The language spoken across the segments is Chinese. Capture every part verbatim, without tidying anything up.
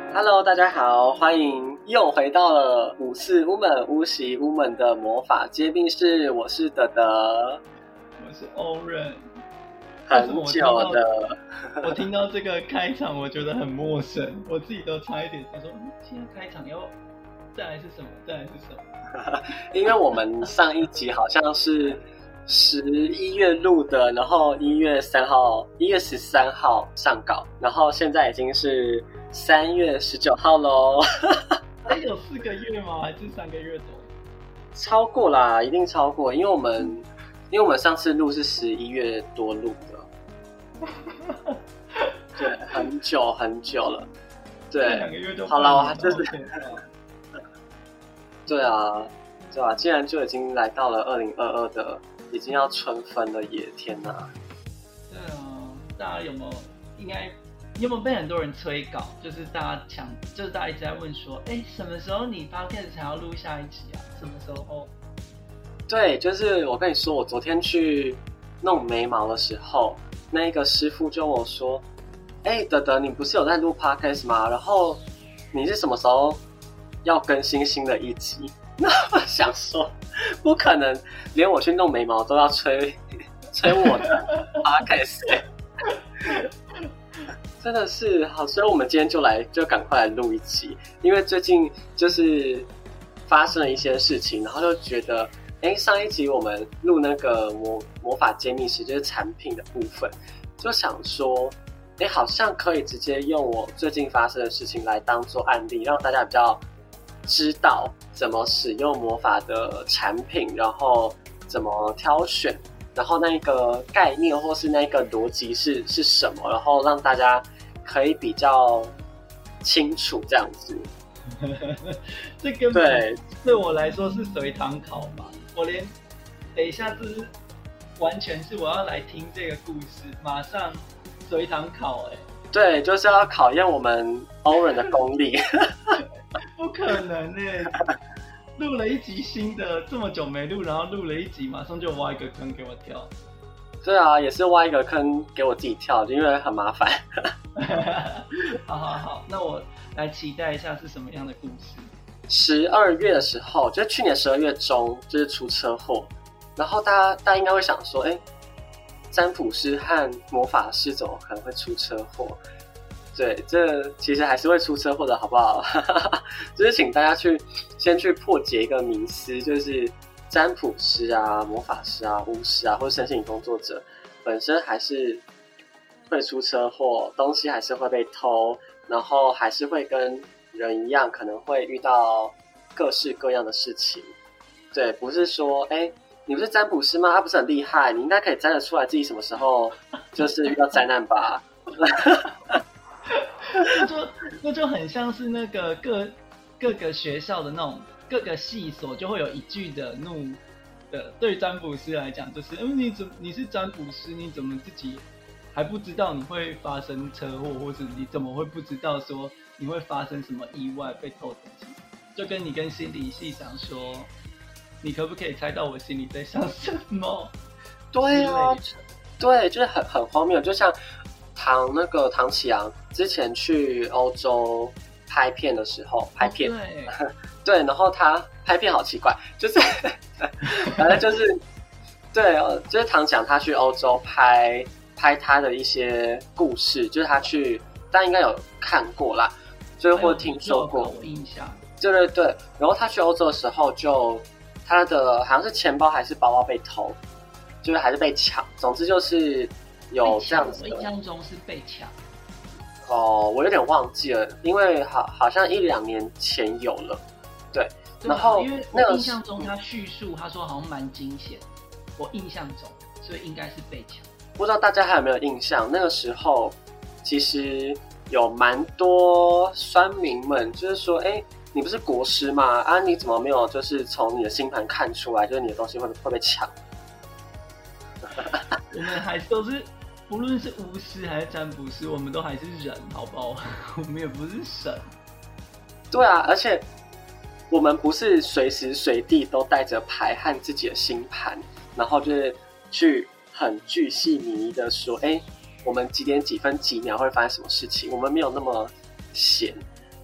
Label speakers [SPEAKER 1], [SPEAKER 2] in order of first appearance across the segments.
[SPEAKER 1] Hello， 大家好，欢迎又回到了五四乌门乌喜乌门的魔法揭秘室，我是德德，
[SPEAKER 2] 我是欧仁。
[SPEAKER 1] 很久的，
[SPEAKER 2] 我听到这个开场，我觉得很陌生，我自己都差一点想说，嗯，现在开场要再来是什么？再来是什么？
[SPEAKER 1] 因为我们上一集好像是十一月录的，然后一月三号、一月十三号上稿，然后现在已经是三月十九号喽。
[SPEAKER 2] 哎，有四个月吗？还是三个月多？
[SPEAKER 1] 超过啦，一定超过，因为我们因为我们上次录是十一月多录的，对，很久很久了，对，
[SPEAKER 2] 两个月就
[SPEAKER 1] 好了，我就是，对啊，对啊，既然就已经来到了二零二二的，已经要春分了耶，天哪！
[SPEAKER 2] 对啊，大家有没有应该？有没有被很多人催稿？就是大家抢，就是大家一直在问说，哎，什么时候你 podcast 才要录下一集啊？什么时候？
[SPEAKER 1] 对，就是我跟你说，我昨天去弄眉毛的时候，那个师傅就问我说，哎，德德，你不是有在录 podcast 吗？然后你是什么时候要更新新的一集？那我想说，不可能，连我去弄眉毛都要催催我的 podcast。真的是好，所以我们今天就来，就赶快来录一集，因为最近就是发生了一些事情，然后就觉得，哎，上一集我们录那个魔魔法揭秘师，就是产品的部分，就想说，哎，好像可以直接用我最近发生的事情来当做案例，让大家比较知道怎么使用魔法的产品，然后怎么挑选。然后那个概念或是那个逻辑是是什么，然后让大家可以比较清楚这样子。
[SPEAKER 2] 这根本对我来说是随堂考吧，我连等一下这是完全是我要来听这个故事，马上随堂考哎、欸。
[SPEAKER 1] 对，就是要考验我们欧人的功力。
[SPEAKER 2] 不可能哎、欸。录了一集新的，这么久没录，然后录了一集，马上就挖一个坑给我跳。
[SPEAKER 1] 对啊，也是挖一个坑给我自己跳，因为很麻烦。
[SPEAKER 2] 好好好，那我来期待一下是什么样的故事。
[SPEAKER 1] 十二月的时候，就是去年十二月中，就是出车祸，然后大家大家应该会想说，哎，占卜师和魔法师怎么可能会出车祸？对，这其实还是会出车祸的，好不好？就是请大家去先去破解一个迷思，就是占卜师啊、魔法师啊、巫师啊，或者身心灵工作者本身还是会出车祸，东西还是会被偷，然后还是会跟人一样，可能会遇到各式各样的事情。对，不是说，哎，你不是占卜师吗？他不是很厉害，你应该可以占得出来自己什么时候就是遇到灾难吧？
[SPEAKER 2] 那就那就很像是那个各各个学校的那种各个系所就会有一句的怒的，对于占卜师来讲就是，嗯，你怎你是占卜师，你怎么自己还不知道你会发生车祸，或者你怎么会不知道说你会发生什么意外被偷东西？就跟你跟心理系长说，你可不可以猜到我心里在想什么？
[SPEAKER 1] 对啊，对，就是很很荒谬，就像。唐那个唐启阳之前去欧洲拍片的时候，拍片，
[SPEAKER 2] 哦、对,
[SPEAKER 1] 对，然后他拍片好奇怪，就是反正就是对，就是唐讲他去欧洲拍拍他的一些故事，就是他去，大家应该有看过啦，就是或听说过，
[SPEAKER 2] 我印象，
[SPEAKER 1] 对对对，然后他去欧洲的时候就，他的好像是钱包还是包包被偷，就是还是被抢，总之就是。有这样子的，
[SPEAKER 2] 我印象中是被抢。
[SPEAKER 1] 哦，我有点忘记了，因为好好像一两年前有了，对。
[SPEAKER 2] 对
[SPEAKER 1] 然后
[SPEAKER 2] 因为我印象中他叙述，他说好像蛮惊险，我印象中，所以应该是被抢。
[SPEAKER 1] 不知道大家还有没有印象？那个时候其实有蛮多酸民们，就是说，哎，你不是国师吗？啊，你怎么没有就是从你的星盘看出来，就是你的东西会会被抢？
[SPEAKER 2] 我们还都是。无论是巫师还是占卜师，我们都还是人，好不好？我们也不是神。
[SPEAKER 1] 对啊，而且我们不是随时随地都带着牌和自己的星盘，然后就是去很巨细靡遗的说，哎，我们几点几分几秒会发生什么事情？我们没有那么闲。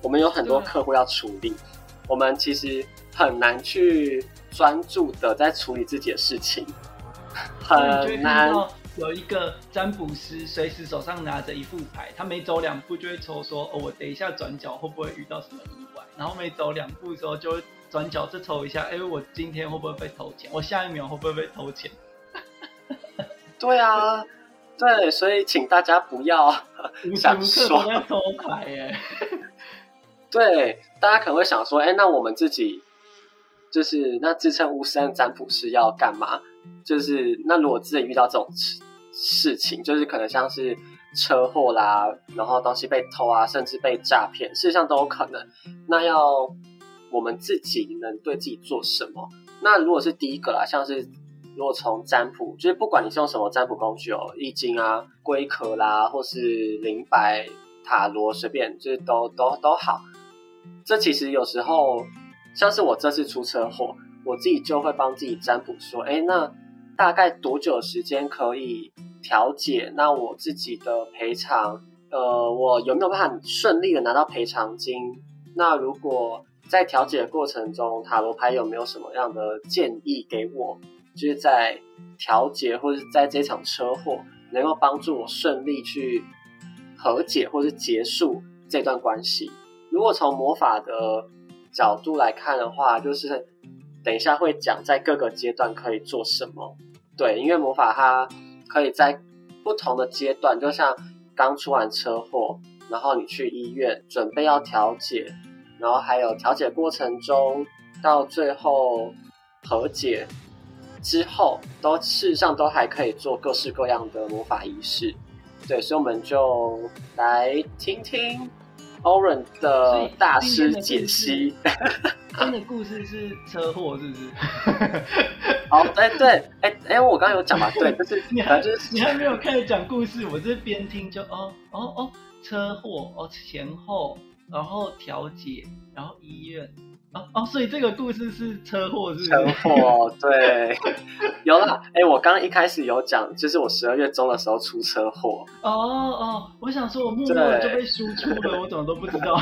[SPEAKER 1] 我们有很多客户要处理，我们其实很难去专注的在处理自己的事情，很难。
[SPEAKER 2] 有一个占卜师随时手上拿着一副牌，他每走两步就会抽说，哦，我等一下转角会不会遇到什么意外，然后每走两步的时候就会转角再抽一下，哎，我今天会不会被偷钱，我下一秒会不会被偷钱。
[SPEAKER 1] 对啊，对，所以请大家不要想说
[SPEAKER 2] 无时无刻都在偷牌耶。
[SPEAKER 1] 对，大家可能会想说，哎，那我们自己就是那自称巫师和占卜师要干嘛？就是那如果自己遇到这种事情，就是可能像是车祸啦，然后东西被偷啊，甚至被诈骗，事实上都有可能。那要我们自己能对自己做什么？那如果是第一个啦，像是如果从占卜，就是不管你是用什么占卜工具哦，易经啊、龟壳啦，或是灵摆、塔罗，随便就是都都都好。这其实有时候像是我这次出车祸，我自己就会帮自己占卜说，哎，那大概多久时间可以调解？那我自己的赔偿，呃，我有没有办法顺利的拿到赔偿金？那如果在调解的过程中，塔罗牌有没有什么样的建议给我？就是在调解或者是在这场车祸能够帮助我顺利去和解或是结束这段关系。如果从魔法的角度来看的话，就是等一下会讲在各个阶段可以做什么。对，因为魔法它可以在不同的阶段，就像刚出完车祸，然后你去医院准备要调解，然后还有调解过程中到最后和解之后，都事实上都还可以做各式各样的魔法仪式。对，所以我们就来听听 Oren 的大师解析。
[SPEAKER 2] 今天的故事是车祸，是不是？
[SPEAKER 1] 哦，对对，哎哎，我刚刚有讲嘛，对，就是
[SPEAKER 2] 你还、
[SPEAKER 1] 就是、
[SPEAKER 2] 你还没有开始讲故事，我这边听就哦哦哦，车祸哦前后，然后调解，然后医院。哦哦，所以这个故事是车祸，是不是？
[SPEAKER 1] 车祸，对，有啦。哎，我刚刚一开始有讲，就是我十二月中的时候出车祸。
[SPEAKER 2] 哦哦，我想说，我默默的就被输出了，我怎么都不知道。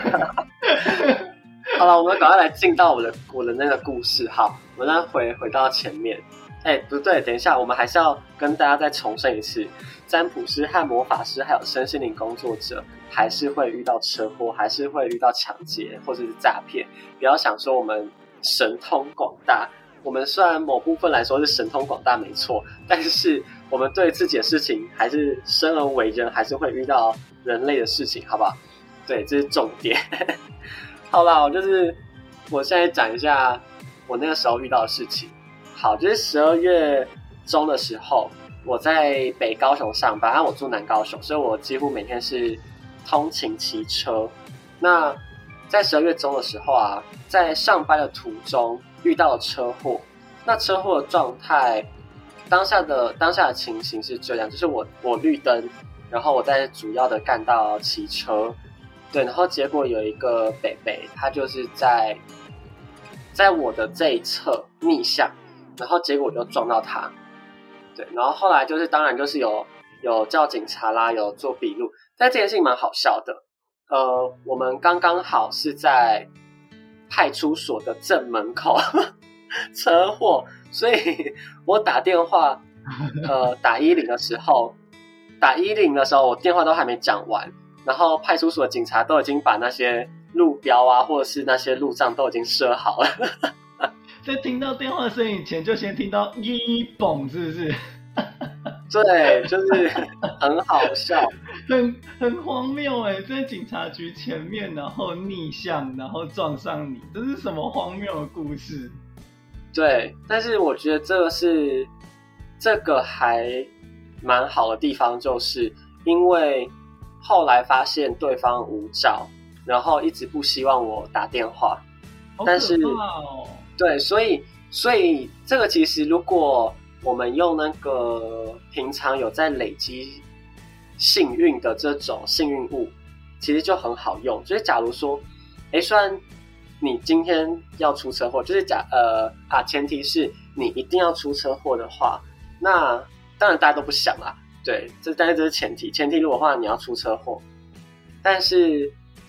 [SPEAKER 1] 好了，我们赶快来进到我的我的那个故事。好，我们再回回到前面。哎，不对，等一下，我们还是要跟大家再重申一次：占卜师和魔法师，还有身心灵工作者，还是会遇到车祸，还是会遇到抢劫或者是诈骗。不要想说我们神通广大，我们虽然某部分来说是神通广大没错，但是我们对自己的事情还是生而为人，还是会遇到人类的事情，好不好？对，这是重点。好啦，我就是我现在讲一下我那个时候遇到的事情。好，就是十二月中的时候，我在北高雄上班，啊，我住南高雄，所以我几乎每天是通勤骑车。那在十二月中的时候啊，在上班的途中遇到了车祸。那车祸的状态，当下的当下的情形是这样，就是我我绿灯，然后我在主要的干道骑车，对，然后结果有一个北北，他就是在在我的这一侧逆向。然后结果我就撞到他，对，然后后来就是当然就是有有叫警察啦，有做笔录，但这件事情蛮好笑的。呃，我们刚刚好是在派出所的正门口车祸，所以我打电话，呃，打一零的时候，打一零的时候我电话都还没讲完，然后派出所的警察都已经把那些路标啊，或者是那些路障都已经设好了。
[SPEAKER 2] 在听到电话声以前，就先听到一嘣，是不是？
[SPEAKER 1] 对，就是很好笑，
[SPEAKER 2] 很很荒谬哎！在警察局前面，然后逆向，然后撞上你，这是什么荒谬的故事？
[SPEAKER 1] 对，但是我觉得这个是这个还蛮好的地方，就是因为后来发现对方无照，然后一直不希望我打电话，
[SPEAKER 2] 好可怕哦，
[SPEAKER 1] 但是对，所以所以这个其实如果我们用那个平常有在累积幸运的这种幸运物，其实就很好用。就是假如说，哎，虽然你今天要出车祸，就是假呃啊，前提是你一定要出车祸的话，那当然大家都不想啦。对，这但是这是前提，前提如果的话你要出车祸，但是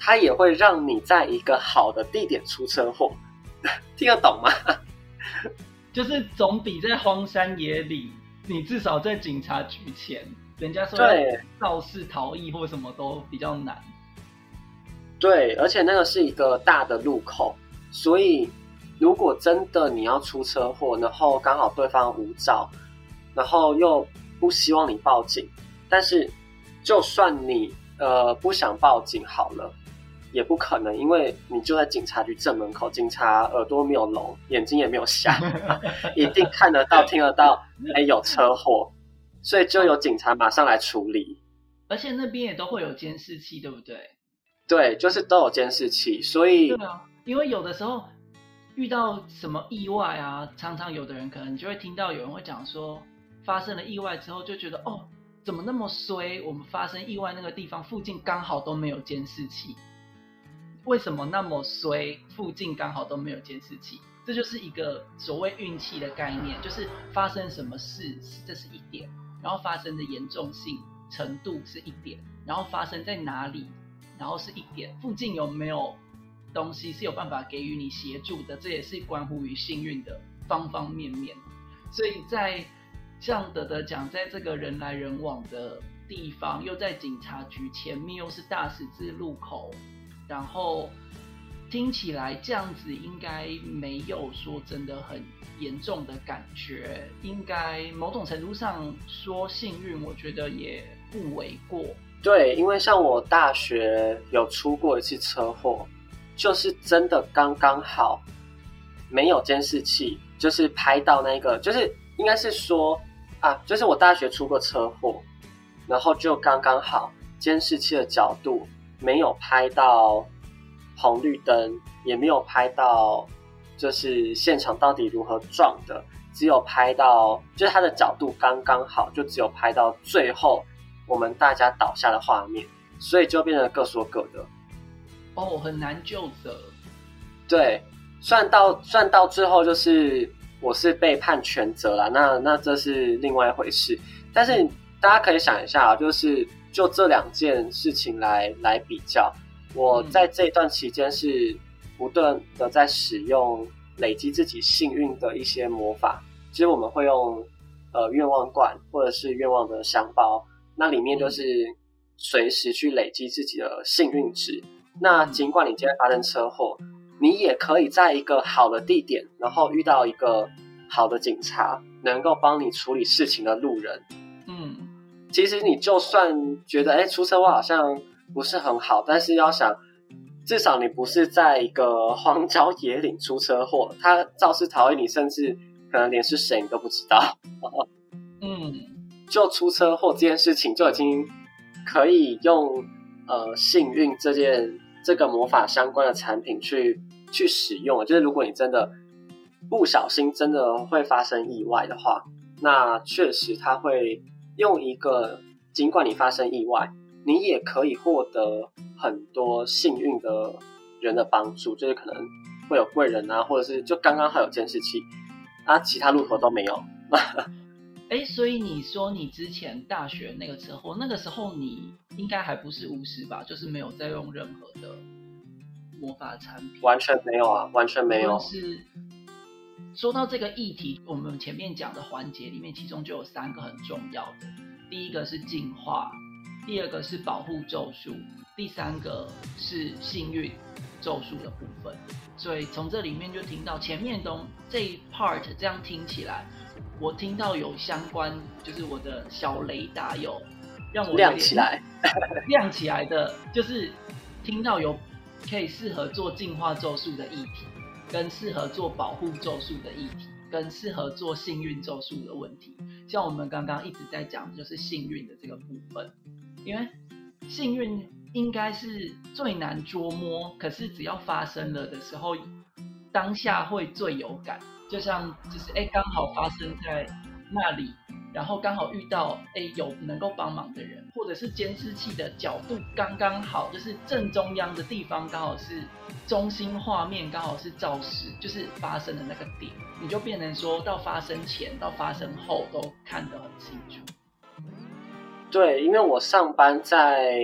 [SPEAKER 1] 它也会让你在一个好的地点出车祸。听得懂吗？
[SPEAKER 2] 就是总比在荒山野岭，你至少在警察局前，人家说
[SPEAKER 1] 对
[SPEAKER 2] 肇事逃逸或什么都比较难。
[SPEAKER 1] 对，而且那个是一个大的路口，所以如果真的你要出车祸，然后刚好对方无照，然后又不希望你报警，但是就算你呃不想报警好了，也不可能，因为你就在警察局正门口，警察耳朵没有聋，眼睛也没有瞎，一定看得到、听得到，哎，有车祸，所以就有警察马上来处理。
[SPEAKER 2] 而且那边也都会有监视器，对不对？
[SPEAKER 1] 对，就是都有监视器，所以
[SPEAKER 2] 对啊，因为有的时候遇到什么意外啊，常常有的人可能就会听到有人会讲说，发生了意外之后就觉得哦，怎么那么衰？我们发生意外那个地方附近刚好都没有监视器，为什么那么衰？附近刚好都没有监视器，这就是一个所谓运气的概念，就是发生什么事，这是一点，然后发生的严重性程度是一点，然后发生在哪里，然后是一点，附近有没有东西是有办法给予你协助的，这也是关乎于幸运的方方面面。所以在像德德讲，在这个人来人往的地方，又在警察局前面，又是大十字路口，然后听起来这样子应该没有说真的很严重的感觉，应该某种程度上说幸运，我觉得也不为过。
[SPEAKER 1] 对，因为像我大学有出过一次车祸，就是真的刚刚好没有监视器，就是拍到那个，就是应该是说啊，就是我大学出过车祸，然后就刚刚好监视器的角度没有拍到红绿灯，也没有拍到就是现场到底如何撞的，只有拍到就是它的角度刚刚好，就只有拍到最后我们大家倒下的画面，所以就变成各说各的。
[SPEAKER 2] 哦，很难救责。
[SPEAKER 1] 对，算到算到最后就是我是被判全责啦，那那这是另外一回事。但是大家可以想一下，就是就这两件事情来来比较，我在这一段期间是不断的在使用累积自己幸运的一些魔法，其实我们会用呃愿望罐或者是愿望的香包，那里面就是随时去累积自己的幸运值。那尽管你今天发生车祸，你也可以在一个好的地点，然后遇到一个好的警察，能够帮你处理事情的路人。
[SPEAKER 2] 嗯，
[SPEAKER 1] 其实你就算觉得哎出车祸好像不是很好，但是要想至少你不是在一个荒郊野岭出车祸，他肇事逃逸，你甚至可能连是谁你都不知道。
[SPEAKER 2] 嗯，
[SPEAKER 1] 就出车祸这件事情就已经可以用呃幸运这件这个魔法相关的产品去去使用了。就是如果你真的不小心真的会发生意外的话，那确实它会用一个尽管你发生意外，你也可以获得很多幸运的人的帮助，就是可能会有贵人啊，或者是就刚刚好有监视器啊，其他路口都没有。
[SPEAKER 2] 哎，所以你说你之前大学那个车祸，那个时候你应该还不是巫师吧？就是没有在用任何的魔法产品，
[SPEAKER 1] 完全没有啊，完全没有。
[SPEAKER 2] 是说到这个议题，我们前面讲的环节里面，其中就有三个很重要的，第一个是进化，第二个是保护咒术，第三个是幸运咒术的部分。所以从这里面就听到前面的这一 part， 这样听起来，我听到有相关，就是我的小雷达有让我
[SPEAKER 1] 亮起来，
[SPEAKER 2] 亮起来的，就是听到有可以适合做进化咒术的议题，跟适合做保护咒术的议题，跟适合做幸运咒术的问题。像我们刚刚一直在讲的就是幸运的这个部分，因为幸运应该是最难捉摸，可是只要发生了的时候，当下会最有感。就像就是哎，刚好发生在那里，然后刚好遇到哎有能够帮忙的人，或者是监视器的角度刚刚好，就是正中央的地方刚好是中心画面，刚好是肇事，就是发生的那个点，你就变成说到发生前到发生后都看得很清楚。
[SPEAKER 1] 对，因为我上班在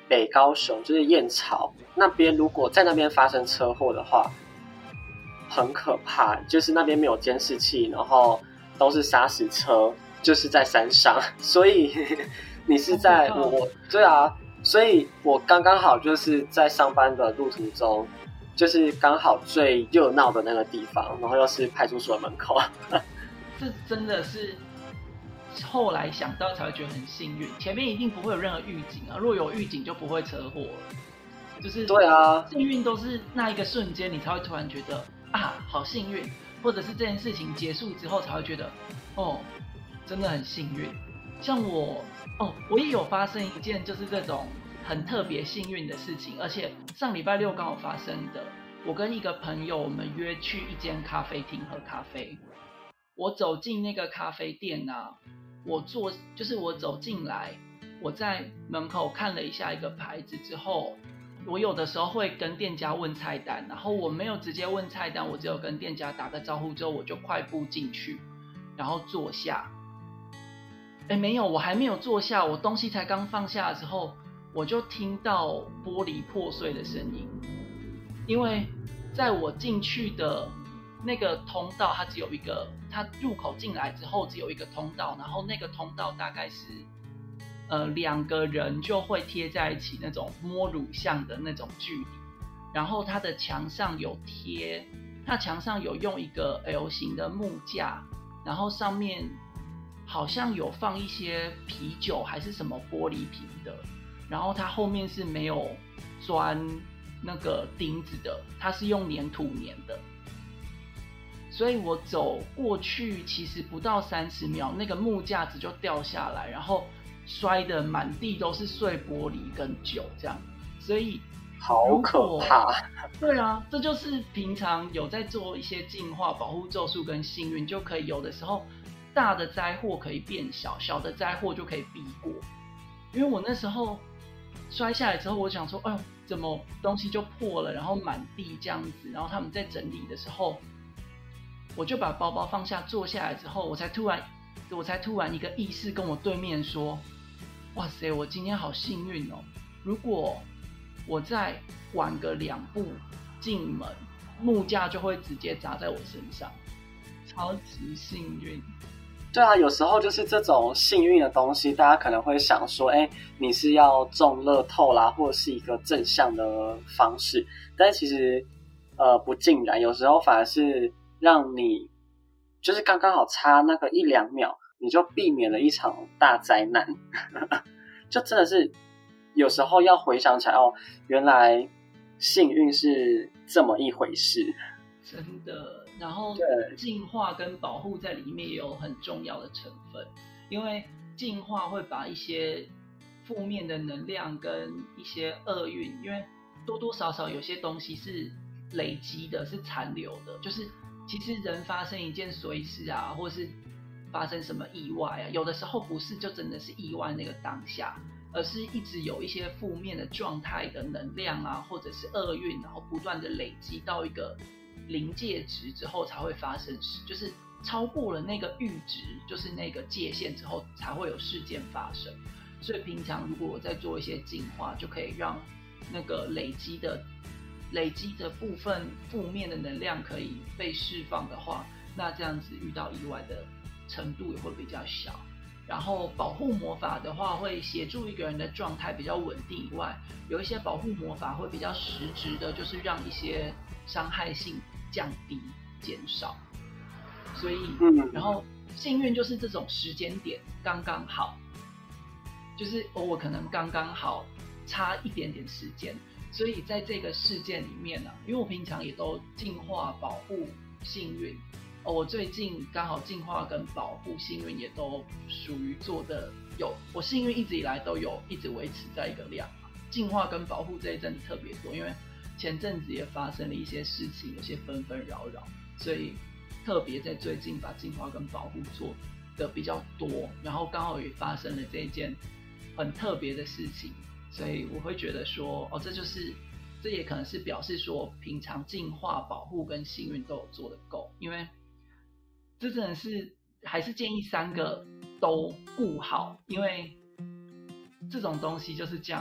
[SPEAKER 1] 北高雄，就是燕巢那边，如果在那边发生车祸的话，很可怕，就是那边没有监视器，然后都是砂石车，就是在山上，所以你是在我我对啊，所以我刚刚好就是在上班的路途中，就是刚好最热闹的那个地方，然后又是派出所门口。
[SPEAKER 2] 这真的是后来想到才会觉得很幸运，前面一定不会有任何预警啊，如果有预警就不会车祸了。就是
[SPEAKER 1] 对啊，
[SPEAKER 2] 幸运都是那一个瞬间，你才会突然觉得啊，好幸运，或者是这件事情结束之后才会觉得，哦，真的很幸运。像我，哦，我也有发生一件就是这种很特别幸运的事情，而且上礼拜六刚好发生的。我跟一个朋友，我们约去一间咖啡厅喝咖啡。我走进那个咖啡店啊，我坐就是我走进来，我在门口看了一下一个牌子之后，我有的时候会跟店家问菜单，然后我没有直接问菜单，我只有跟店家打个招呼之后，我就快步进去，然后坐下。哎，没有，我还没有坐下，我东西才刚放下的时候，我就听到玻璃破碎的声音，因为在我进去的那个通道，它只有一个，它入口进来之后只有一个通道，然后那个通道大概是呃两个人就会贴在一起那种摸乳像的那种距离，然后它的墙上有贴，它墙上有用一个 L 型的木架，然后上面好像有放一些啤酒还是什么玻璃瓶的，然后它后面是没有钻那个钉子的，它是用粘土粘的。所以我走过去其实不到三十秒，那个木架子就掉下来，然后摔得满地都是碎玻璃跟酒这样。所以
[SPEAKER 1] 好可怕。
[SPEAKER 2] 对啊，这就是平常有在做一些净化、保护咒术跟幸运，就可以有的时候大的灾祸可以变小，小的灾祸就可以避过。因为我那时候摔下来之后，我想说，哎呦，怎么东西就破了，然后满地这样子，然后他们在整理的时候，我就把包包放下，坐下来之后，我才突然，我才突然一个意识跟我对面说，哇塞，我今天好幸运哦！如果我再晚个两步进门，木架就会直接砸在我身上，超级幸运。
[SPEAKER 1] 对啊，有时候就是这种幸运的东西，大家可能会想说，哎，你是要中乐透啦，或者是一个正向的方式，但其实呃不尽然，有时候反而是让你就是刚刚好差那个一两秒，你就避免了一场大灾难。就真的是有时候要回想起来，哦，原来幸运是这么一回事。
[SPEAKER 2] 真的，然后净化跟保护在里面也有很重要的成分，因为净化会把一些负面的能量跟一些厄运，因为多多少少有些东西是累积的，是残留的，就是其实人发生一件衰事啊，或是发生什么意外啊，有的时候不是就真的是意外那个当下，而是一直有一些负面的状态的能量啊，或者是厄运，然后不断的累积到一个临界值之后才会发生事，就是超过了那个阈值，就是那个界限之后才会有事件发生。所以平常如果我在做一些净化，就可以让那个累积的累积的部分负面的能量可以被释放的话，那这样子遇到意外的程度也会比较小。然后保护魔法的话，会协助一个人的状态比较稳定以外，有一些保护魔法会比较实质的，就是让一些伤害性降低减少。所以然后幸运就是这种时间点刚刚好，就是我可能刚刚好差一点点时间，所以在这个事件里面呢、啊，因为我平常也都净化保护幸运、哦、我最近刚好净化跟保护幸运也都属于做的有，我幸运一直以来都有一直维持在一个量，净化跟保护这一阵子特别多，因为前阵子也发生了一些事情，有些纷纷扰扰，所以特别在最近把净化跟保护做的比较多，然后刚好也发生了这一件很特别的事情，所以我会觉得说，哦，这就是这也可能是表示说，平常净化、保护跟幸运都有做得够，因为这真的是还是建议三个都顾好，因为这种东西就是这样，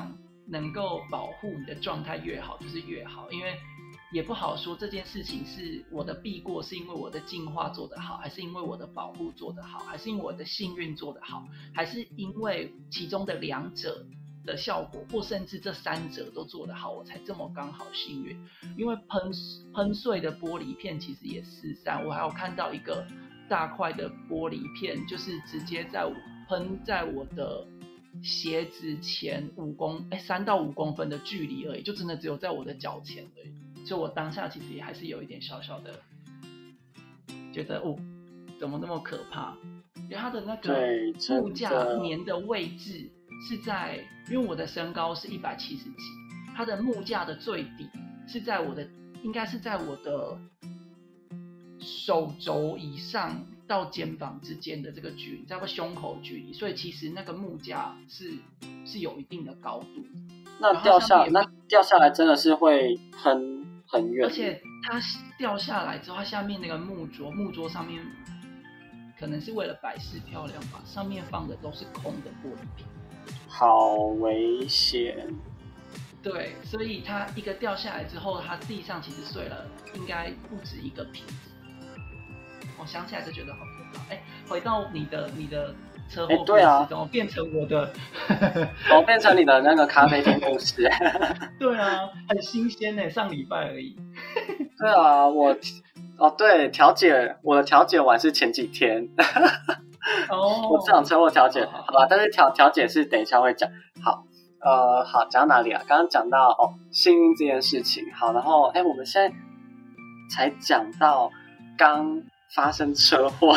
[SPEAKER 2] 能够保护你的状态越好就是越好，因为也不好说这件事情是我的避过是因为我的进化做得好，还是因为我的保护做得好，还是因为我的幸运做得好，还是因为其中的两者的效果，或甚至这三者都做得好，我才这么刚好幸运。因为喷喷碎的玻璃片其实也四散，我还有看到一个大块的玻璃片，就是直接在喷在我的鞋子前五公哎三到五公分的距离而已，就真的只有在我的脚前而已。所以我当下其实也还是有一点小小的觉得哦，怎么那么可怕？因为它的那个木架粘的位置是在，因为我的身高是一百七十几，它的木架的最底是在我的，应该是在我的手肘以上到肩膀之间的这个距离，在我胸口距离，所以其实那个木架是是有一定的高度。
[SPEAKER 1] 那掉下那掉下来真的是会很很远，
[SPEAKER 2] 而且它掉下来之后，它下面那个木桌，木桌上面可能是为了摆饰漂亮吧，上面放的都是空的玻璃瓶，
[SPEAKER 1] 好危险。
[SPEAKER 2] 对，所以它一个掉下来之后，它地上其实碎了，应该不止一个瓶子。我想起来就觉得好可怕。哎，回到你的你的车祸故事，对啊，怎么变成我的？
[SPEAKER 1] 怎么变成你的那个咖啡厅故事？
[SPEAKER 2] 对啊，很新鲜呢，上礼拜而已。
[SPEAKER 1] 对啊，我哦对，调解我的调解完是前几天。哦，我这场车祸调解好吧，但是调调解是等一下会讲。好，呃，好，讲到哪里啊？刚刚讲到哦，幸运这件事情。好，然后哎，我们现在才讲到刚发生车祸，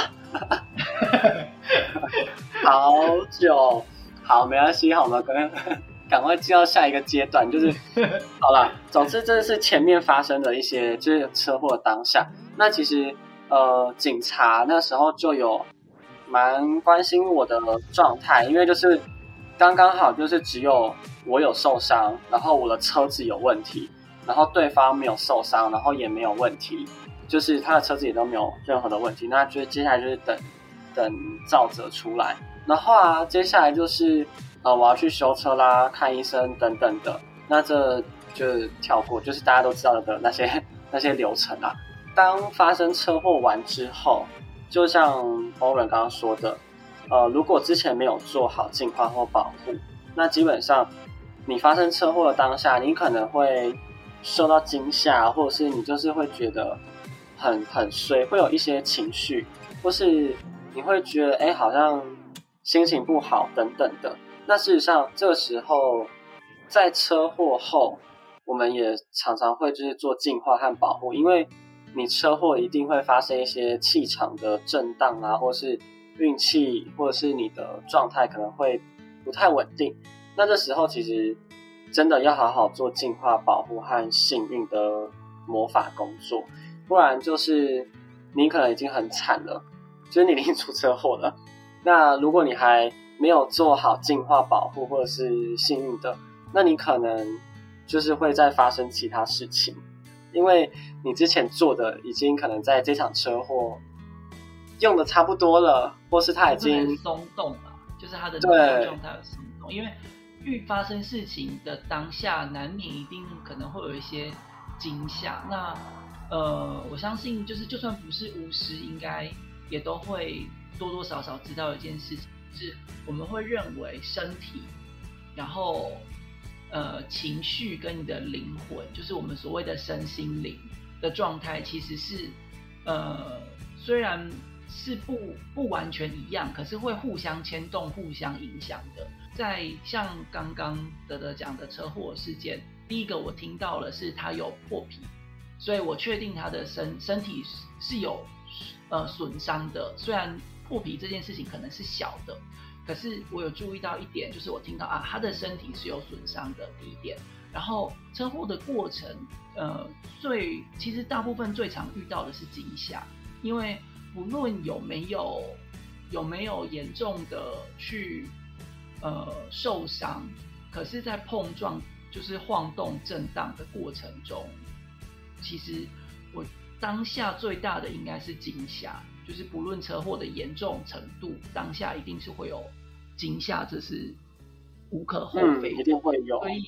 [SPEAKER 1] 好久，好，没关系，好，我们跟赶快进到下一个阶段，就是好啦。总之，这是前面发生的一些就是车祸的当下。那其实呃，警察那时候就有蛮关心我的状态，因为就是刚刚好就是只有我有受伤，然后我的车子有问题，然后对方没有受伤，然后也没有问题，就是他的车子也都没有任何的问题。那就接下来就是等等肇责出来，然后啊，接下来就是呃我要去修车啦、看医生等等的。那这就跳过，就是大家都知道的那些那些流程啊。当发生车祸完之后，就像欧伦刚刚说的，呃，如果之前没有做好净化或保护，那基本上你发生车祸的当下，你可能会受到惊吓，或者是你就是会觉得很很衰，会有一些情绪，或是你会觉得哎，好像心情不好等等的。那事实上，这个时候在车祸后，我们也常常会就是做净化和保护，因为你车祸一定会发生一些气场的震荡啊，或是运气，或者是你的状态可能会不太稳定。那这时候其实真的要好好做净化、保护和幸运的魔法工作，不然就是你可能已经很惨了，就是你已经出车祸了。那如果你还没有做好净化、保护或者是幸运的，那你可能就是会再发生其他事情。因为你之前做的已经可能在这场车祸用的差不多了，或是它已经
[SPEAKER 2] 松动了，就是它的状态有松动。因为遇发生事情的当下，难免一定可能会有一些惊吓。那呃，我相信就是就算不是巫师，应该也都会多多少少知道一件事情，就是我们会认为身体，然后呃，情绪跟你的灵魂，就是我们所谓的身心灵的状态，其实是呃，虽然是不不完全一样，可是会互相牵动、互相影响的。在像刚刚德德讲的车祸事件，第一个我听到了是他有破皮，所以我确定他的身身体是有呃损伤的，虽然破皮这件事情可能是小的。可是我有注意到一点，就是我听到啊，他的身体是有损伤的第一点。然后车祸的过程，呃，最其实大部分最常遇到的是惊吓，因为不论有没有有没有严重的去呃受伤，可是在碰撞就是晃动震荡的过程中，其实我当下最大的应该是惊吓。就是不论车祸的严重程度，当下一定是会有惊吓，这是无可厚非的、
[SPEAKER 1] 嗯，一定会有。
[SPEAKER 2] 所以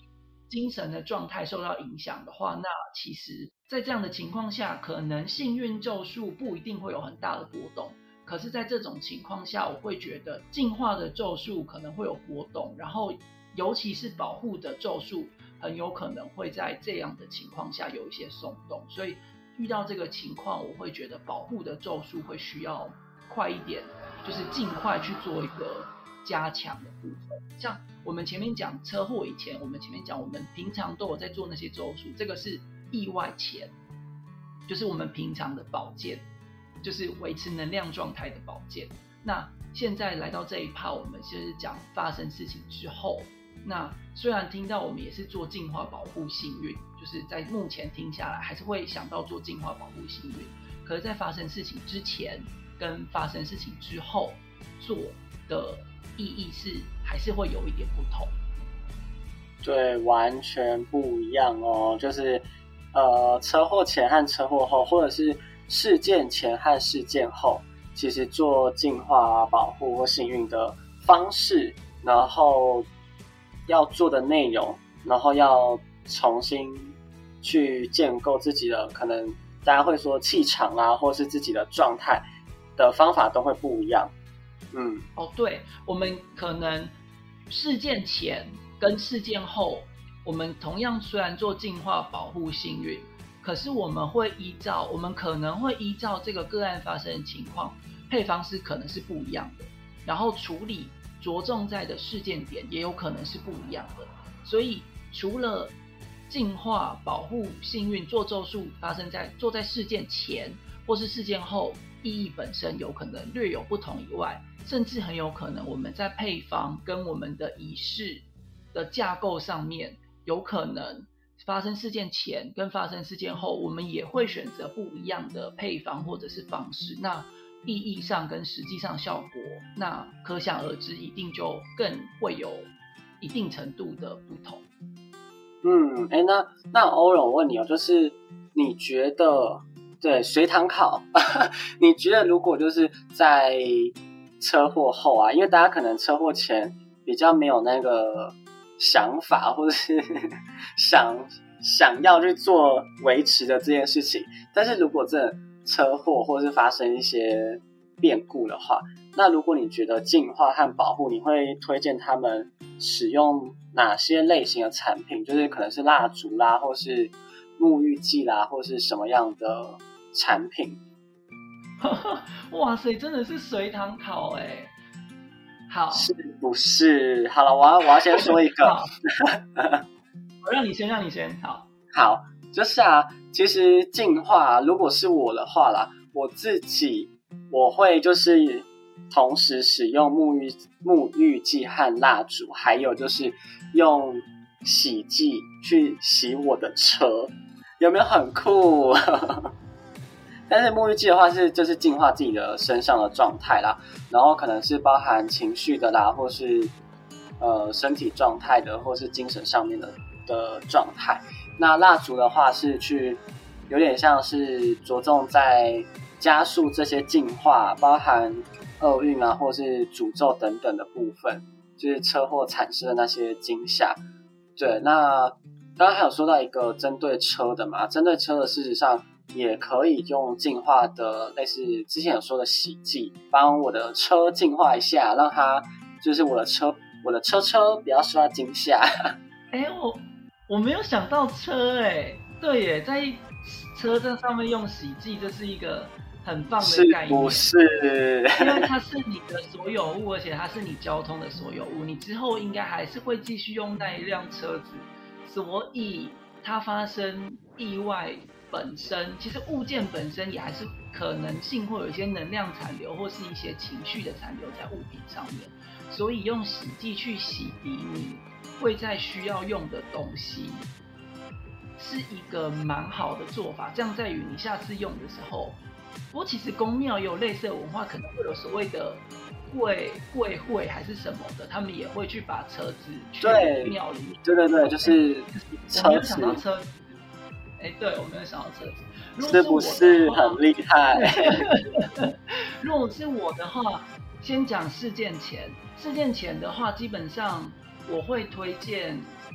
[SPEAKER 2] 精神的状态受到影响的话，那其实在这样的情况下，可能幸运咒术不一定会有很大的波动。可是在这种情况下，我会觉得进化的咒术可能会有波动，然后尤其是保护的咒术很有可能会在这样的情况下有一些松动，所以遇到这个情况，我会觉得保护的咒术会需要快一点，就是尽快去做一个加强的部分。像我们前面讲车祸以前，我们前面讲我们平常都有在做那些咒术，这个是意外前，就是我们平常的保健，就是维持能量状态的保健。那现在来到这一趴，我们就是讲发生事情之后。那虽然听到我们也是做进化保护幸运，就是在目前听下来还是会想到做进化保护幸运，可是在发生事情之前跟发生事情之后做的意义是还是会有一点不同。
[SPEAKER 1] 对，完全不一样哦。就是呃，车祸前和车祸后，或者是事件前和事件后，其实做进化保护或幸运的方式，然后要做的内容，然后要重新去建构自己的，可能大家会说气场啊，或是自己的状态的方法都会不一样。嗯，
[SPEAKER 2] 哦，对，我们可能事件前跟事件后，我们同样虽然做进化保护幸运，可是我们会依照，我们可能会依照这个个案发生的情况，配方式可能是不一样的，然后处理着重在的事件点也有可能是不一样的。所以除了进化保护幸运做咒术发生在做在事件前或是事件后，意义本身有可能略有不同以外，甚至很有可能我们在配方跟我们的仪式的架构上面，有可能发生事件前跟发生事件后，我们也会选择不一样的配方或者是方式。那意义上跟实际上效果，那可想而知，一定就更会有一定程度的不同。
[SPEAKER 1] 嗯，哎，那那欧荣，我问你哦，就是你觉得，对，随堂考，你觉得如果就是在车祸后啊，因为大家可能车祸前比较没有那个想法，或者是想想要去做维持的这件事情，但是如果这车祸或是发生一些变故的话，那如果你觉得净化和保护，你会推荐他们使用哪些类型的产品？就是可能是蜡烛啦，或是沐浴剂啦，或是什么样的产品？
[SPEAKER 2] 哇塞，真的是随堂考哎、欸！好，
[SPEAKER 1] 是不是？好了，我要我要先说一个，
[SPEAKER 2] 我让你先，让你先，好，
[SPEAKER 1] 好，就是啊，其实净化，如果是我的话啦，我自己我会就是同时使用沐浴沐浴剂和蜡烛，还有就是用洗剂去洗我的车，有没有很酷？但是沐浴剂的话是就是净化自己的身上的状态啦，然后可能是包含情绪的啦，或是呃身体状态的，或是精神上面的的状态。那蜡烛的话是去有点像是着重在加速这些进化，包含厄运啊，或是诅咒等等的部分，就是车祸产生的那些惊吓。对，那刚刚还有说到一个针对车的嘛，针对车的事实上也可以用净化的，类似之前有说的洗剂，帮我的车净化一下，让它就是我的车我的车车不要受到惊吓。
[SPEAKER 2] 哎、欸，我我没有想到车哎、欸，对耶，在车站上面用洗剂，这是一个很棒的概念，
[SPEAKER 1] 是不是？
[SPEAKER 2] 因为它是你的所有物，而且它是你交通的所有物，你之后应该还是会继续用那一辆车子，所以它发生意外本身，其实物件本身也还是可能性会有一些能量残留，或是一些情绪的残留在物品上面，所以用洗剂去洗涤你会在需要用的东西，是一个蛮好的做法。这样在于你下次用的时候，不过其实宫庙也有类似的文化，可能会有所谓的贵贵会还是什么的，他们也会去把车子去庙里面。
[SPEAKER 1] 对对对，就是
[SPEAKER 2] 车子。我没有想到车子。哎，对，我没有想到车子，
[SPEAKER 1] 是不是很厉害？
[SPEAKER 2] 如果是我的话，先讲事件前。事件前的话，基本上我会推荐，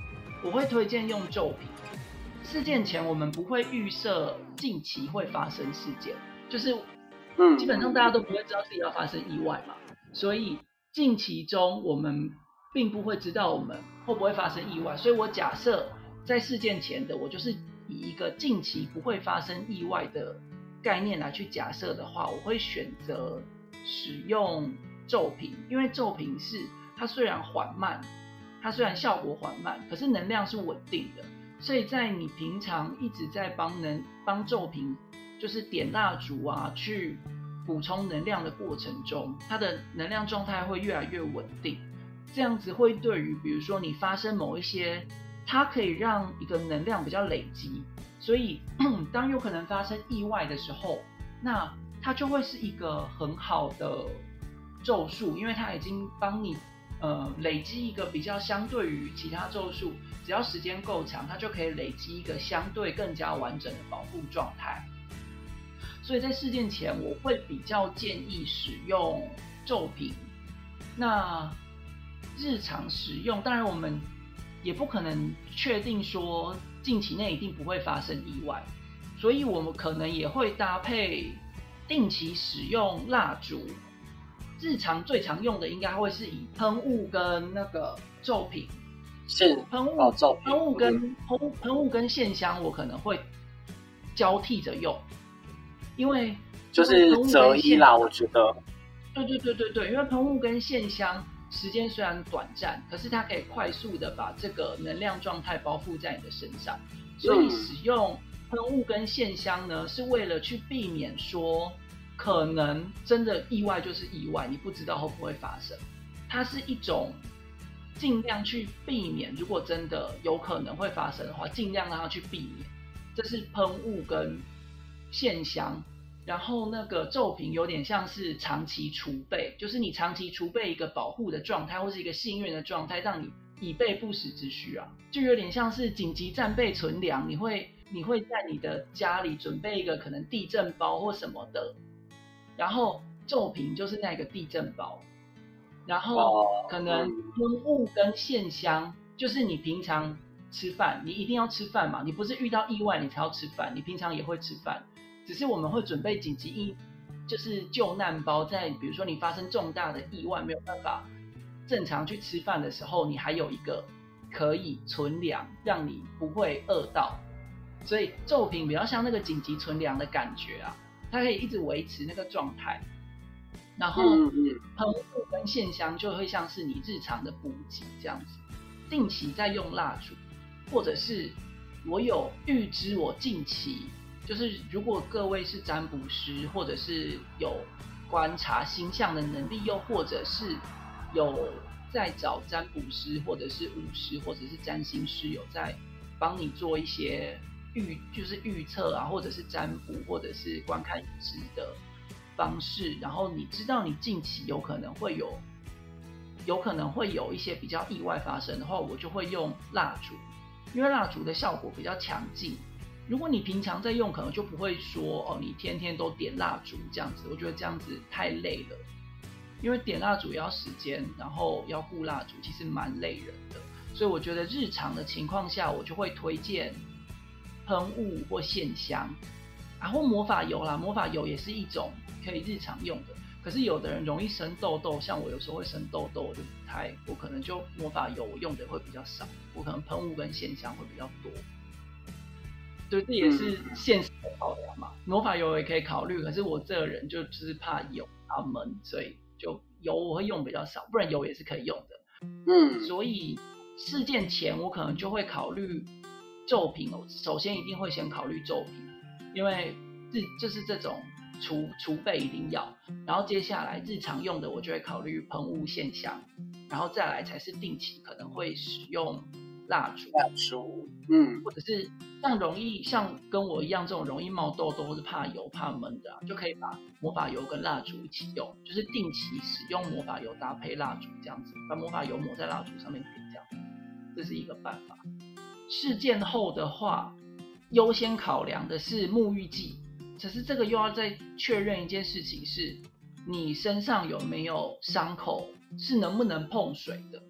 [SPEAKER 2] 我会推荐用皱瓶。事件前我们不会预设近期会发生事件，就是基本上大家都不会知道自己要发生意外嘛，所以近期中我们并不会知道我们会不会发生意外，所以我假设在事件前的我就是以一个近期不会发生意外的概念来去假设的话，我会选择使用皱瓶，因为皱瓶是它虽然缓慢，它虽然效果缓慢，可是能量是稳定的，所以在你平常一直在帮能帮皱瓶就是点蜡烛啊去补充能量的过程中，它的能量状态会越来越稳定，这样子会对于比如说你发生某一些，它可以让一个能量比较累积，所以当有可能发生意外的时候，那它就会是一个很好的咒术，因为它已经帮你呃累积一个比较相对于其他咒术，只要时间够长，它就可以累积一个相对更加完整的保护状态。所以在事件前我会比较建议使用皱瓶。那日常使用当然我们也不可能确定说近期内一定不会发生意外，所以我们可能也会搭配定期使用蜡烛。日常最常用的应该会是以喷雾跟那个皱瓶，
[SPEAKER 1] 是
[SPEAKER 2] 喷雾、
[SPEAKER 1] 哦、皱瓶
[SPEAKER 2] 喷雾跟喷雾喷雾跟线香我可能会交替着用，因为
[SPEAKER 1] 就是择一啦，我觉得。
[SPEAKER 2] 对对对对对，因为喷雾跟线香时间虽然短暂，可是它可以快速的把这个能量状态包覆在你的身上，所以使用喷雾跟线香呢，是为了去避免说可能真的意外就是意外，你不知道会不会发生，它是一种尽量去避免，如果真的有可能会发生的话，尽量让它去避免。这是喷雾跟线香。然后那个皱瓶有点像是长期储备，就是你长期储备一个保护的状态，或是一个幸运的状态，让你以备不时之需啊，就有点像是紧急战备存粮，你会你会在你的家里准备一个可能地震包或什么的，然后皱瓶就是那个地震包，然后可能喷雾跟线香就是你平常吃饭，你一定要吃饭嘛，你不是遇到意外你才要吃饭，你平常也会吃饭，只是我们会准备紧急应就是救难包，在比如说你发生重大的意外没有办法正常去吃饭的时候，你还有一个可以存粮，让你不会饿到。所以皱瓶比较像那个紧急存粮的感觉啊，它可以一直维持那个状态。然后喷雾跟线香就会像是你日常的补给这样子，定期在用蜡烛，或者是我有预知我近期就是如果各位是占卜师，或者是有观察星象的能力，又或者是有在找占卜师，或者是巫师，或者是占星师，有在帮你做一些预就是预测啊，或者是占卜，或者是观看预知的方式，然后你知道你近期有可能会有有可能会有一些比较意外发生的话，我就会用蜡烛，因为蜡烛的效果比较强劲。如果你平常在用，可能就不会说哦，你天天都点蜡烛这样子，我觉得这样子太累了，因为点蜡烛也要时间，然后要顾蜡烛，其实蛮累人的。所以我觉得日常的情况下，我就会推荐喷雾或线香，然后魔法油啦，魔法油也是一种可以日常用的。可是有的人容易生痘痘，像我有时候会生痘痘，我就不太，我可能就魔法油我用的会比较少，我可能喷雾跟线香会比较多。对，这也是现实的考量嘛。魔法油也可以考虑，可是我这个人就就是怕油怕闷，所以就油我会用比较少，不然油也是可以用的。嗯，所以事件前我可能就会考虑皱瓶，首先一定会先考虑皱瓶，因为就是这种储储备一定要，然后接下来日常用的我就会考虑喷雾线香，然后再来才是定期可能会使用蜡烛，
[SPEAKER 1] 蜡烛，嗯，
[SPEAKER 2] 或者是像容易像跟我一样这种容易冒痘痘或是怕油怕闷的、啊，就可以把魔法油跟蜡烛一起用，就是定期使用魔法油搭配蜡烛这样子，把魔法油抹在蜡烛上面点这样子，这是一个办法。事件后的话，优先考量的是沐浴剂，只是这个又要再确认一件事情是，你身上有没有伤口，是能不能碰水的。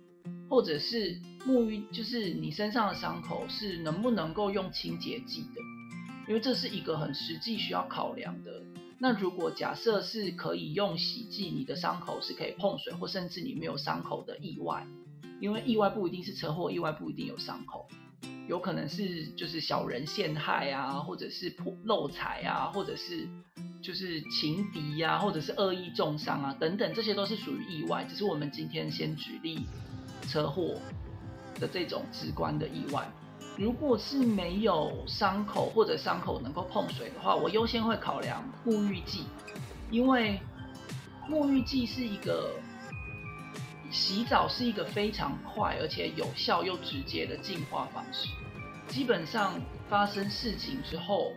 [SPEAKER 2] 或者是沐浴，就是你身上的伤口是能不能够用清洁剂的，因为这是一个很实际需要考量的。那如果假设是可以用洗剂，你的伤口是可以碰水，或甚至你没有伤口的意外，因为意外不一定是车祸，意外不一定有伤口，有可能是就是小人陷害啊，或者是漏财啊，或者是就是情敌啊，或者是恶意重伤啊等等，这些都是属于意外，只是我们今天先举例车祸的这种直观的意外。如果是没有伤口或者伤口能够碰水的话，我优先会考量沐浴剂，因为沐浴剂是一个洗澡是一个非常快而且有效又直接的净化方式。基本上发生事情之后，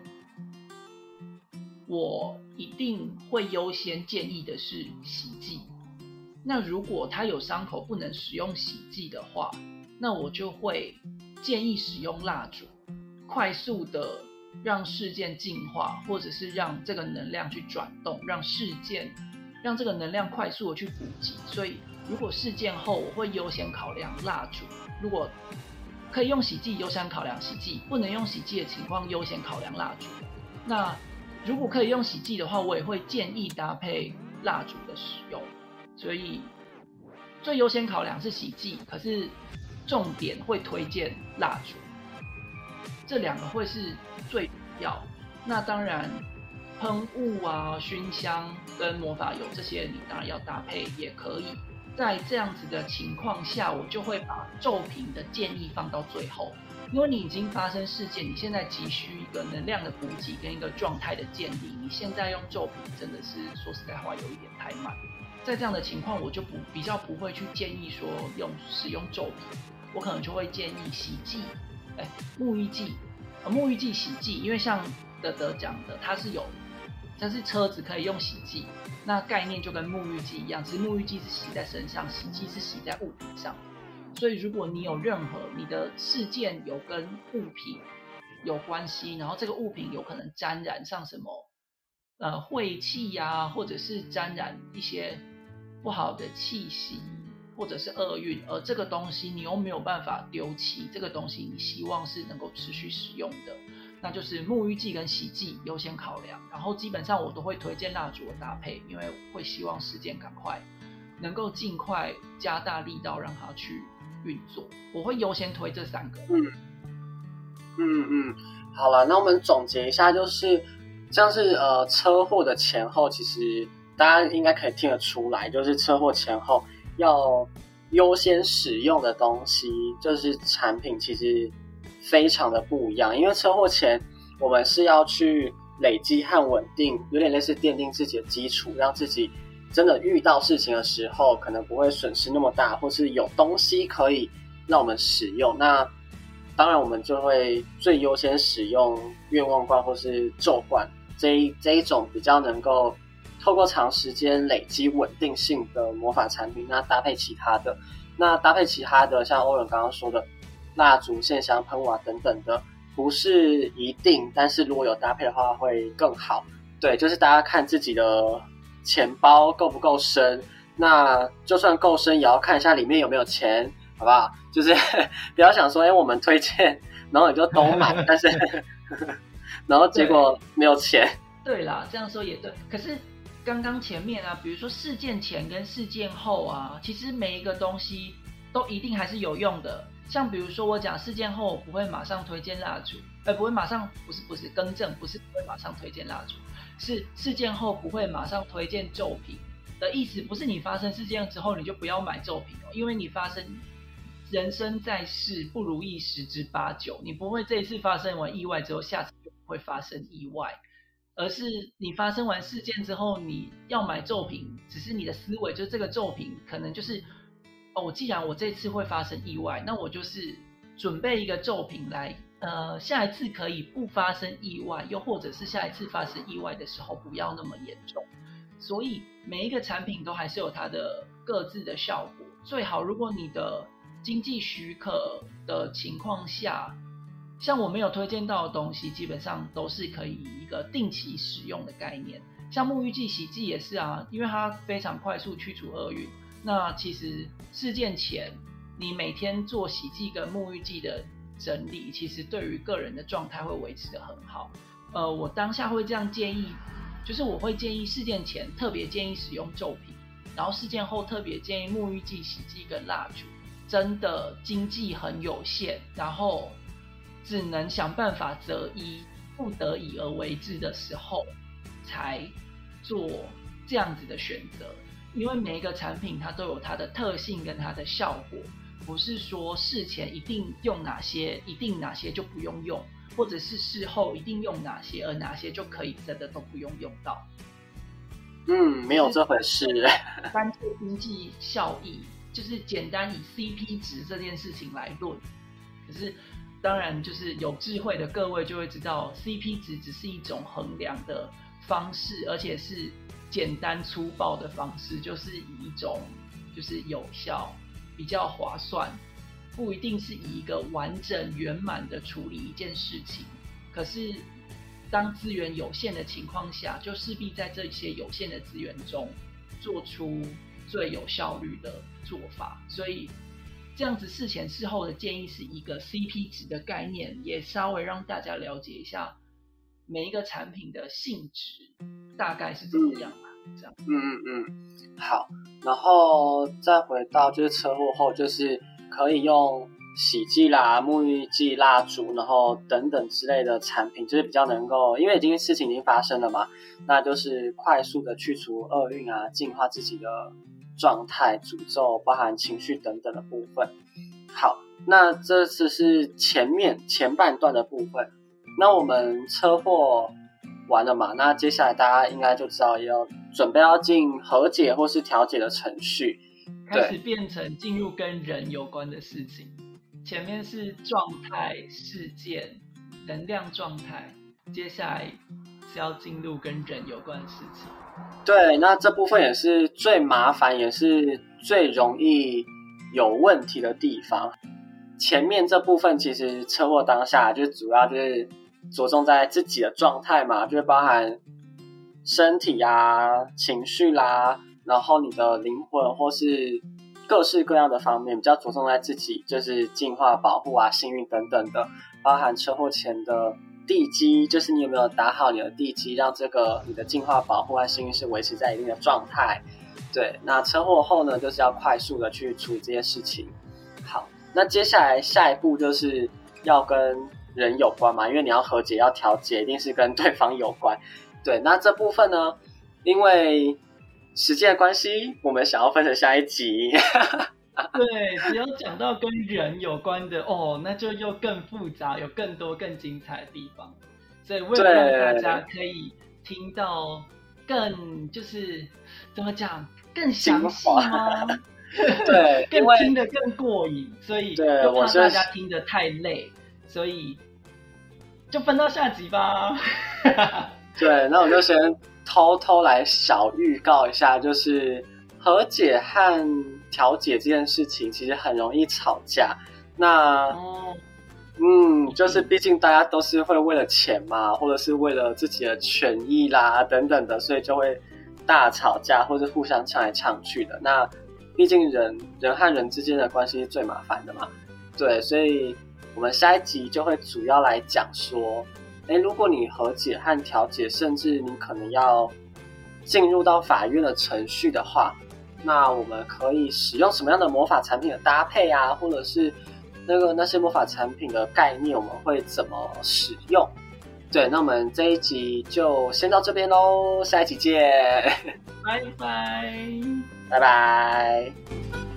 [SPEAKER 2] 我一定会优先建议的是洗剂。那如果他有伤口不能使用洗剂的话，那我就会建议使用蜡烛，快速的让事件净化，或者是让这个能量去转动，让事件让这个能量快速的去补给。所以如果事件后，我会优先考量蜡烛，如果可以用洗剂优先考量洗剂，不能用洗剂的情况优先考量蜡烛。那如果可以用洗剂的话，我也会建议搭配蜡烛的使用。所以最优先考量是洗剂，可是重点会推荐蜡烛，这两个会是最主要。那当然喷雾啊、熏香跟魔法油这些你当然要搭配也可以。在这样子的情况下，我就会把咒瓶的建议放到最后，因为你已经发生事件，你现在急需一个能量的补给跟一个状态的建立，你现在用咒瓶真的是说实在话有一点太慢。在这样的情况，我就不比较不会去建议说用使用咒瓶，我可能就会建议洗剂，哎，沐浴剂，呃，沐浴剂、洗剂，因为像德德讲的，它是有，它是车子可以用洗剂，那概念就跟沐浴剂一样，只是沐浴剂是洗在身上，洗剂是洗在物品上。所以如果你有任何你的事件有跟物品有关系，然后这个物品有可能沾染上什么呃晦气啊，或者是沾染一些不好的气息或者是厄运，而这个东西你又没有办法丢弃，这个东西你希望是能够持续使用的，那就是沐浴剂跟洗剂优先考量。然后基本上我都会推荐蜡烛的搭配，因为会希望事件赶快能够尽快加大力道让它去运作，我会优先推这三个。
[SPEAKER 1] 嗯嗯嗯，好了，那我们总结一下，就是像是呃车祸的前后，其实大家应该可以听得出来，就是车祸前后要优先使用的东西，就是产品其实非常的不一样。因为车祸前我们是要去累积和稳定，有点类似奠定自己的基础，让自己真的遇到事情的时候可能不会损失那么大，或是有东西可以让我们使用。那当然我们就会最优先使用愿望罐或是咒罐这一这一种比较能够透过长时间累积稳定性的魔法产品，那搭配其他的，那搭配其他的像欧仁刚刚说的蜡烛、线香、喷瓦等等的，不是一定，但是如果有搭配的话会更好。对，就是大家看自己的钱包够不够深，那就算够深也要看一下里面有没有钱，好不好？就是不要想说，哎，我们推荐，然后你就都买，但是然后结果没有钱。
[SPEAKER 2] 对啦，这样说也对。可是刚刚前面啊，比如说事件前跟事件后啊，其实每一个东西都一定还是有用的。像比如说我讲事件后，我不会马上推荐蜡烛，呃，不会马上，不是不是更正，不是不会马上推荐蜡烛，是事件后不会马上推荐咒瓶的意思，不是你发生事件之后你就不要买咒瓶哦，因为你发生人生在世不如意十之八九，你不会这一次发生完意外之后，下次就不会发生意外。而是你发生完事件之后，你要买咒瓶，只是你的思维就是这个咒瓶可能就是哦，既然我这次会发生意外，那我就是准备一个咒瓶来，呃，下一次可以不发生意外，又或者是下一次发生意外的时候不要那么严重。所以每一个产品都还是有它的各自的效果。最好如果你的经济许可的情况下，像我没有推荐到的东西，基本上都是可以一个定期使用的概念。像沐浴剂、洗剂也是啊，因为它非常快速驱除厄运。那其实事件前你每天做洗剂跟沐浴剂的整理，其实对于个人的状态会维持得很好。呃，我当下会这样建议，就是我会建议事件前特别建议使用皱皮，然后事件后特别建议沐浴剂、洗剂跟蜡烛。真的经济很有限，然后只能想办法择一，不得已而为之的时候，才做这样子的选择。因为每一个产品它都有它的特性跟它的效果，不是说事前一定用哪些，一定哪些就不用用，或者是事后一定用哪些，而哪些就可以真的都不用用到。
[SPEAKER 1] 嗯，没有这回事。
[SPEAKER 2] 单就经济效益，就是简单以 C P 值这件事情来论。可是当然就是有智慧的各位就会知道 C P 值只是一种衡量的方式，而且是简单粗暴的方式，就是以一种就是有效比较划算，不一定是以一个完整圆满的处理一件事情。可是当资源有限的情况下，就势必在这些有限的资源中做出最有效率的做法。所以这样子事前事后的建议是一个 C P 值的概念，也稍微让大家了解一下每一个产品的性质大概是怎么样啊？这样。
[SPEAKER 1] 嗯嗯嗯，好。然后再回到就是车祸后，就是可以用洗剂啦、沐浴剂、蜡烛，然后等等之类的产品，就是比较能够，因为已经事情已经发生了嘛，那就是快速的去除厄运啊，净化自己的状态、诅咒，包含情绪等等的部分。好，那这只是前面前半段的部分。那我们车祸完了嘛，那接下来大家应该就知道要准备要进和解或是调解的程序，
[SPEAKER 2] 开始变成进入跟人有关的事情。前面是状态、事件、能量状态，接下来是要进入跟人有关的事情。
[SPEAKER 1] 对，那这部分也是最麻烦，也是最容易有问题的地方。前面这部分其实车祸当下就主要就是着重在自己的状态嘛，就包含身体啊、情绪啦，然后你的灵魂或是各式各样的方面，比较着重在自己，就是进化、保护啊、幸运等等的，包含车祸前的地基，就是你有没有打好你的地基，让这个你的进化、保护和幸运是维持在一定的状态。对，那车祸后呢，就是要快速的去处理这些事情。好，那接下来下一步就是要跟人有关嘛，因为你要和解、要调解，一定是跟对方有关。对，那这部分呢，因为时间的关系，我们想要分成下一集。
[SPEAKER 2] 对，只要讲到跟人有关的哦，那就又更复杂，有更多更精彩的地方。所以为了让大家可以听到更就是怎么讲更详细吗？
[SPEAKER 1] 对，
[SPEAKER 2] 更听得更过瘾，所以又怕大家听得太累，所以就分到下集吧。
[SPEAKER 1] 对，那我就先偷偷来小预告一下，就是和解和调解这件事情其实很容易吵架。那、哦、嗯，就是毕竟大家都是会为了钱嘛，或者是为了自己的权益啦等等的，所以就会大吵架，或者互相呛来呛去的。那毕竟人人和人之间的关系是最麻烦的嘛，对，所以我们下一集就会主要来讲说，诶，如果你和解和调解，甚至你可能要进入到法院的程序的话，那我们可以使用什么样的魔法产品的搭配啊，或者是那个那些魔法产品的概念，我们会怎么使用？对，那我们这一集就先到这边咯，下一集见，
[SPEAKER 2] 拜拜，
[SPEAKER 1] 拜拜。